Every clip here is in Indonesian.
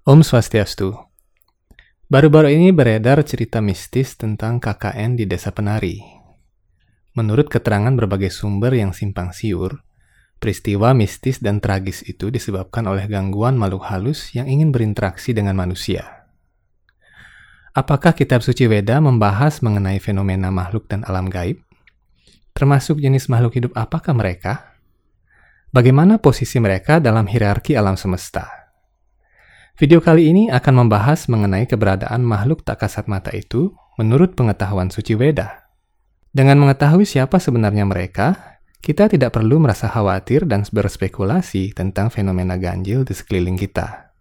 Om Swastiastu. Baru-baru ini beredar cerita mistis tentang KKN di Desa Penari. Menurut keterangan berbagai sumber yang simpang siur, peristiwa mistis dan tragis itu disebabkan oleh gangguan makhluk halus yang ingin berinteraksi dengan manusia. Apakah kitab suci Weda membahas mengenai fenomena makhluk dan alam gaib? Termasuk jenis makhluk hidup apakah mereka? Bagaimana posisi mereka dalam hierarki alam semesta? Video kali ini akan membahas mengenai keberadaan makhluk tak kasat mata itu menurut pengetahuan suci Weda. Dengan mengetahui siapa sebenarnya mereka, kita tidak perlu merasa khawatir dan berspekulasi tentang fenomena ganjil di sekeliling kita.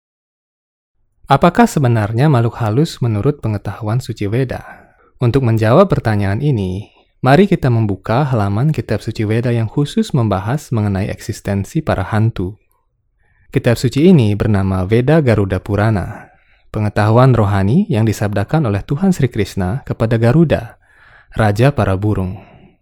Apakah sebenarnya makhluk halus menurut pengetahuan suci Weda? Untuk menjawab pertanyaan ini, mari kita membuka halaman kitab suci Weda yang khusus membahas mengenai eksistensi para hantu. Kitab suci ini bernama Veda Garuda Purana, pengetahuan rohani yang disabdakan oleh Tuhan Sri Krishna kepada Garuda, raja para burung.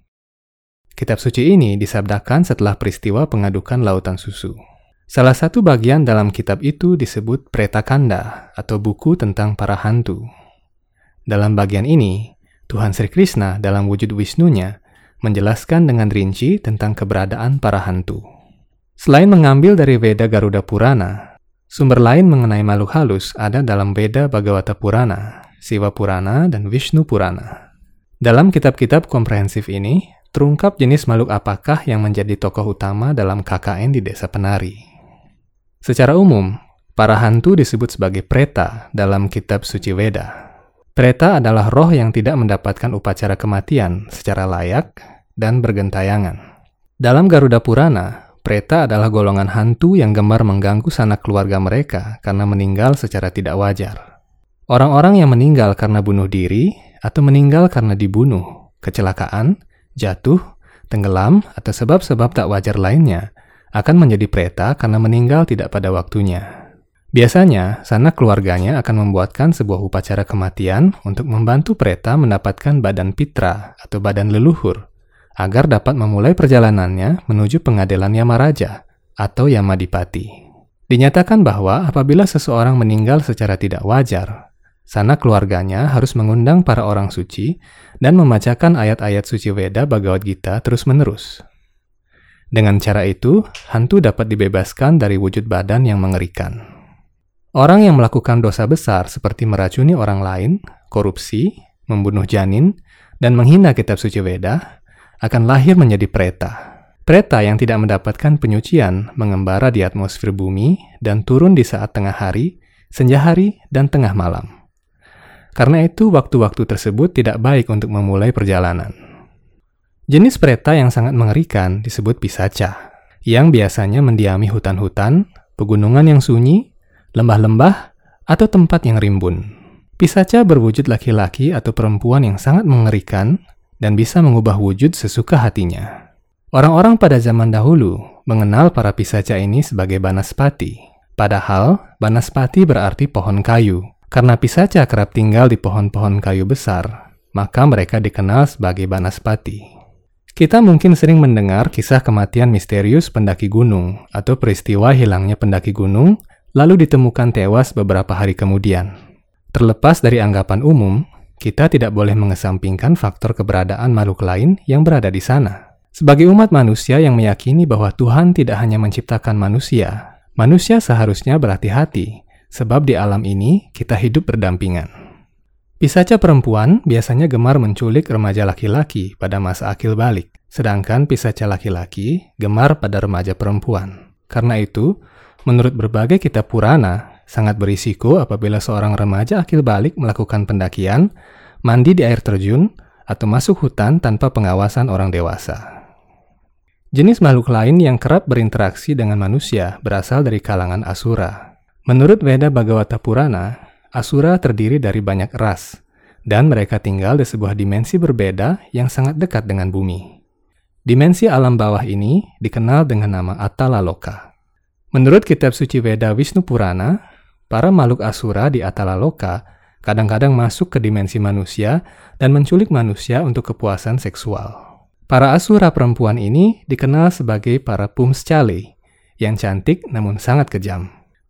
Kitab suci ini disabdakan setelah peristiwa pengadukan lautan susu. Salah satu bagian dalam kitab itu disebut Pretakanda atau buku tentang para hantu. Dalam bagian ini, Tuhan Sri Krishna dalam wujud Wisnunya menjelaskan dengan rinci tentang keberadaan para hantu. Selain mengambil dari Veda Garuda Purana, sumber lain mengenai makhluk halus ada dalam Veda Bhagavata Purana, Siva Purana, dan Vishnu Purana. Dalam kitab-kitab komprehensif ini, terungkap jenis makhluk apakah yang menjadi tokoh utama dalam KKN di Desa Penari. Secara umum, para hantu disebut sebagai preta dalam kitab suci Weda. Preta adalah roh yang tidak mendapatkan upacara kematian secara layak dan bergentayangan. Dalam Garuda Purana, preta adalah golongan hantu yang gemar mengganggu sanak keluarga mereka karena meninggal secara tidak wajar. Orang-orang yang meninggal karena bunuh diri atau meninggal karena dibunuh, kecelakaan, jatuh, tenggelam, atau sebab-sebab tak wajar lainnya akan menjadi preta karena meninggal tidak pada waktunya. Biasanya, sanak keluarganya akan membuatkan sebuah upacara kematian untuk membantu preta mendapatkan badan pitra atau badan leluhur, agar dapat memulai perjalanannya menuju pengadilan Yamaraja atau Yamadipati. Dinyatakan bahwa apabila seseorang meninggal secara tidak wajar, sanak keluarganya harus mengundang para orang suci dan membacakan ayat-ayat suci Weda Bhagavad Gita terus-menerus. Dengan cara itu, hantu dapat dibebaskan dari wujud badan yang mengerikan. Orang yang melakukan dosa besar seperti meracuni orang lain, korupsi, membunuh janin, dan menghina kitab suci Weda akan lahir menjadi preta. Preta yang tidak mendapatkan penyucian mengembara di atmosfer bumi dan turun di saat tengah hari, senja hari, dan tengah malam. Karena itu, waktu-waktu tersebut tidak baik untuk memulai perjalanan. Jenis preta yang sangat mengerikan disebut pisaca, yang biasanya mendiami hutan-hutan, pegunungan yang sunyi, lembah-lembah, atau tempat yang rimbun. Pisaca berwujud laki-laki atau perempuan yang sangat mengerikan dan bisa mengubah wujud sesuka hatinya. Orang-orang pada zaman dahulu mengenal para pisaca ini sebagai Banaspati. Padahal, Banaspati berarti pohon kayu. Karena pisaca kerap tinggal di pohon-pohon kayu besar, maka mereka dikenal sebagai Banaspati. Kita mungkin sering mendengar kisah kematian misterius pendaki gunung atau peristiwa hilangnya pendaki gunung lalu ditemukan tewas beberapa hari kemudian. Terlepas dari anggapan umum, kita tidak boleh mengesampingkan faktor keberadaan makhluk lain yang berada di sana. Sebagai umat manusia yang meyakini bahwa Tuhan tidak hanya menciptakan manusia, manusia seharusnya berhati-hati, sebab di alam ini kita hidup berdampingan. Pisaca perempuan biasanya gemar menculik remaja laki-laki pada masa akil balik, sedangkan pisaca laki-laki gemar pada remaja perempuan. Karena itu, menurut berbagai kitab Purana, sangat berisiko apabila seorang remaja akil balik melakukan pendakian, mandi di air terjun, atau masuk hutan tanpa pengawasan orang dewasa. Jenis makhluk lain yang kerap berinteraksi dengan manusia berasal dari kalangan Asura. Menurut Veda Bhagavata Purana, Asura terdiri dari banyak ras, dan mereka tinggal di sebuah dimensi berbeda yang sangat dekat dengan bumi. Dimensi alam bawah ini dikenal dengan nama Atala Loka. Menurut kitab suci Veda Vishnu Purana, para makhluk Asura di Atala Loka kadang-kadang masuk ke dimensi manusia dan menculik manusia untuk kepuasan seksual. Para Asura perempuan ini dikenal sebagai para Pumschale, yang cantik namun sangat kejam.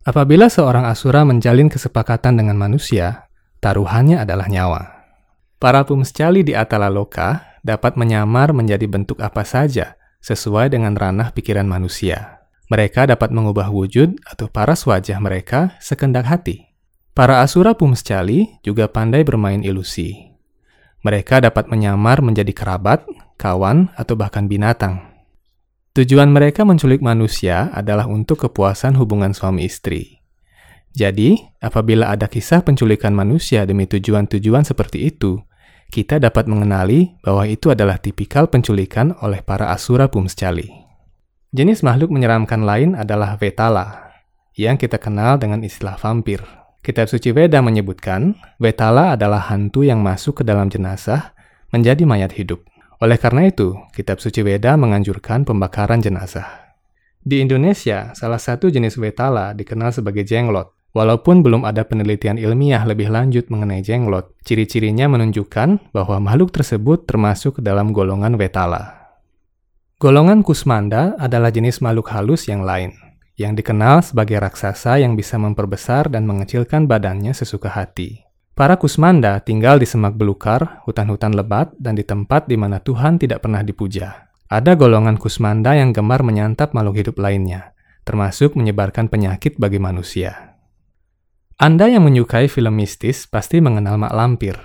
Apabila seorang asura menjalin kesepakatan dengan manusia, taruhannya adalah nyawa. Para pumscali di Atalaloka dapat menyamar menjadi bentuk apa saja sesuai dengan ranah pikiran manusia. Mereka dapat mengubah wujud atau paras wajah mereka sekendak hati. Para asura pumscali juga pandai bermain ilusi. Mereka dapat menyamar menjadi kerabat, kawan, atau bahkan binatang. Tujuan mereka menculik manusia adalah untuk kepuasan hubungan suami istri. Jadi, apabila ada kisah penculikan manusia demi tujuan-tujuan seperti itu, kita dapat mengenali bahwa itu adalah tipikal penculikan oleh para asura pumscali. Jenis makhluk menyeramkan lain adalah Vetala, yang kita kenal dengan istilah vampir. Kitab suci Weda menyebutkan, Vetala adalah hantu yang masuk ke dalam jenazah menjadi mayat hidup. Oleh karena itu, kitab suci Weda menganjurkan pembakaran jenazah. Di Indonesia, salah satu jenis Vetala dikenal sebagai jenglot. Walaupun belum ada penelitian ilmiah lebih lanjut mengenai jenglot, ciri-cirinya menunjukkan bahwa makhluk tersebut termasuk ke dalam golongan Vetala. Golongan Kusmanda adalah jenis makhluk halus yang lain, yang dikenal sebagai raksasa yang bisa memperbesar dan mengecilkan badannya sesuka hati. Para Kusmanda tinggal di semak belukar, hutan-hutan lebat, dan di tempat di mana Tuhan tidak pernah dipuja. Ada golongan Kusmanda yang gemar menyantap makhluk hidup lainnya, termasuk menyebarkan penyakit bagi manusia. Anda yang menyukai film mistis pasti mengenal mak lampir.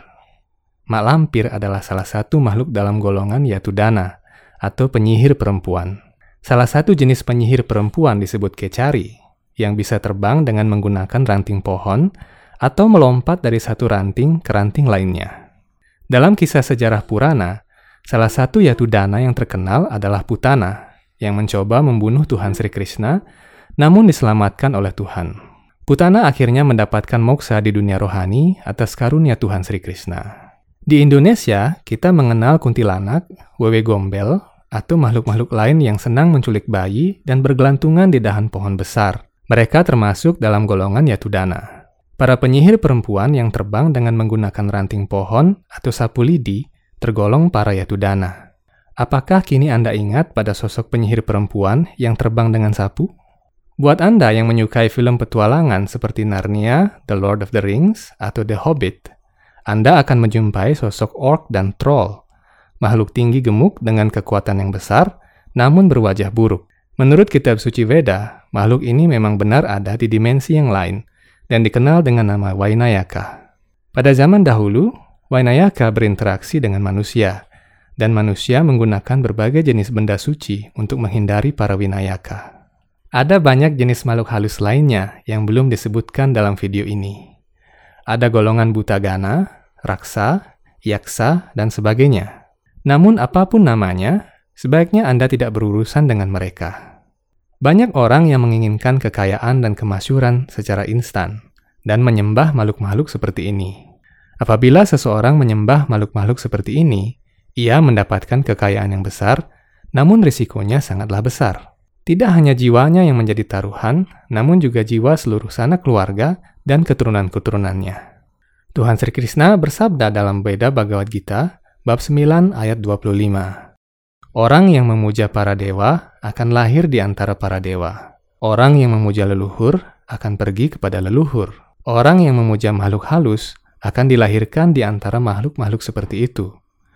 Mak lampir adalah salah satu makhluk dalam golongan Yatudana, atau penyihir perempuan. Salah satu jenis penyihir perempuan disebut kecari, yang bisa terbang dengan menggunakan ranting pohon, atau melompat dari satu ranting ke ranting lainnya. Dalam kisah sejarah Purana, salah satu Yatudana yang terkenal adalah Putana, yang mencoba membunuh Tuhan Sri Krishna, namun diselamatkan oleh Tuhan. Putana akhirnya mendapatkan moksa di dunia rohani atas karunia Tuhan Sri Krishna. Di Indonesia, kita mengenal kuntilanak, wewe gombel, atau makhluk-makhluk lain yang senang menculik bayi dan bergelantungan di dahan pohon besar. Mereka termasuk dalam golongan Yatudana. Para penyihir perempuan yang terbang dengan menggunakan ranting pohon atau sapu lidi tergolong para Yatudana. Apakah kini Anda ingat pada sosok penyihir perempuan yang terbang dengan sapu? Buat Anda yang menyukai film petualangan seperti Narnia, The Lord of the Rings, atau The Hobbit, Anda akan menjumpai sosok orc dan troll, makhluk tinggi gemuk dengan kekuatan yang besar, namun berwajah buruk. Menurut kitab suci Weda, makhluk ini memang benar ada di dimensi yang lain, dan dikenal dengan nama Wainayaka. Pada zaman dahulu, Wainayaka berinteraksi dengan manusia, dan manusia menggunakan berbagai jenis benda suci untuk menghindari para Winayaka. Ada banyak jenis makhluk halus lainnya yang belum disebutkan dalam video ini. Ada golongan Butagana, Raksa, Yaksa, dan sebagainya. Namun apapun namanya, sebaiknya Anda tidak berurusan dengan mereka. Banyak orang yang menginginkan kekayaan dan kemasyhuran secara instan dan menyembah makhluk-makhluk seperti ini. Apabila seseorang menyembah makhluk-makhluk seperti ini, ia mendapatkan kekayaan yang besar, namun risikonya sangatlah besar. Tidak hanya jiwanya yang menjadi taruhan, namun juga jiwa seluruh sanak keluarga dan keturunan-keturunannya. Tuhan Sri Krishna bersabda dalam Weda Bhagavad Gita, bab 9 ayat 25. Orang yang memuja para dewa akan lahir di antara para dewa. Orang yang memuja leluhur akan pergi kepada leluhur. Orang yang memuja makhluk halus akan dilahirkan di antara makhluk-makhluk seperti itu.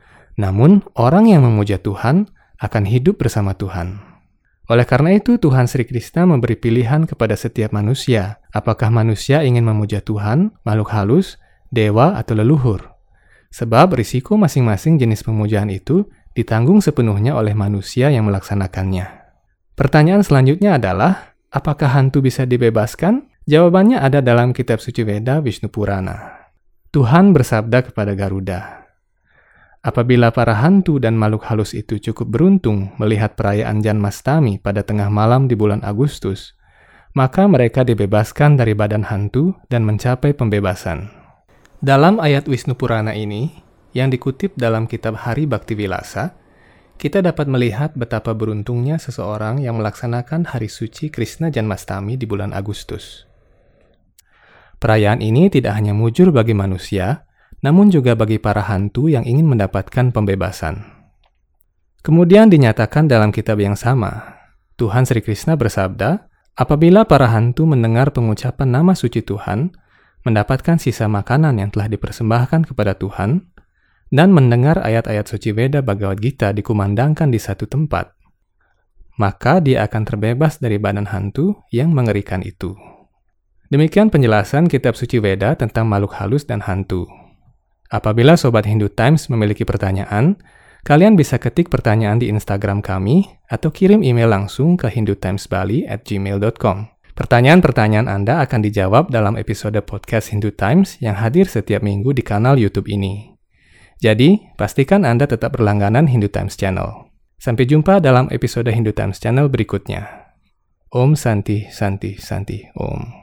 Namun, orang yang memuja Tuhan akan hidup bersama Tuhan. Oleh karena itu, Tuhan Sri Krishna memberi pilihan kepada setiap manusia. Apakah manusia ingin memuja Tuhan, makhluk halus, dewa, atau leluhur? Sebab risiko masing-masing jenis pemujaan itu ditanggung sepenuhnya oleh manusia yang melaksanakannya. Pertanyaan selanjutnya adalah, apakah hantu bisa dibebaskan? Jawabannya ada dalam kitab suci Weda Vishnu Purana. Tuhan bersabda kepada Garuda, apabila para hantu dan makhluk halus itu cukup beruntung melihat perayaan Janmastami pada tengah malam di bulan Agustus, maka mereka dibebaskan dari badan hantu dan mencapai pembebasan. Dalam ayat Vishnu Purana ini, yang dikutip dalam kitab Hari Bhaktivilasa, kita dapat melihat betapa beruntungnya seseorang yang melaksanakan hari suci Krishna Janmastami di bulan Agustus. Perayaan ini tidak hanya mujur bagi manusia, namun juga bagi para hantu yang ingin mendapatkan pembebasan. Kemudian dinyatakan dalam kitab yang sama, Tuhan Sri Krishna bersabda, Apabila para hantu mendengar pengucapan nama suci Tuhan, mendapatkan sisa makanan yang telah dipersembahkan kepada Tuhan, dan mendengar ayat-ayat suci Weda Bhagavad Gita dikumandangkan di satu tempat, maka dia akan terbebas dari badan hantu yang mengerikan itu. Demikian penjelasan kitab suci Weda tentang makhluk halus dan hantu. Apabila Sobat Hindu Times memiliki pertanyaan, kalian bisa ketik pertanyaan di Instagram kami atau kirim email langsung ke hindutimesbali@gmail.com. Pertanyaan-pertanyaan Anda akan dijawab dalam episode podcast Hindu Times yang hadir setiap minggu di kanal YouTube ini. Jadi, pastikan Anda tetap berlangganan Hindu Times Channel. Sampai jumpa dalam episode Hindu Times Channel berikutnya. Om Santi Santi Santi Om.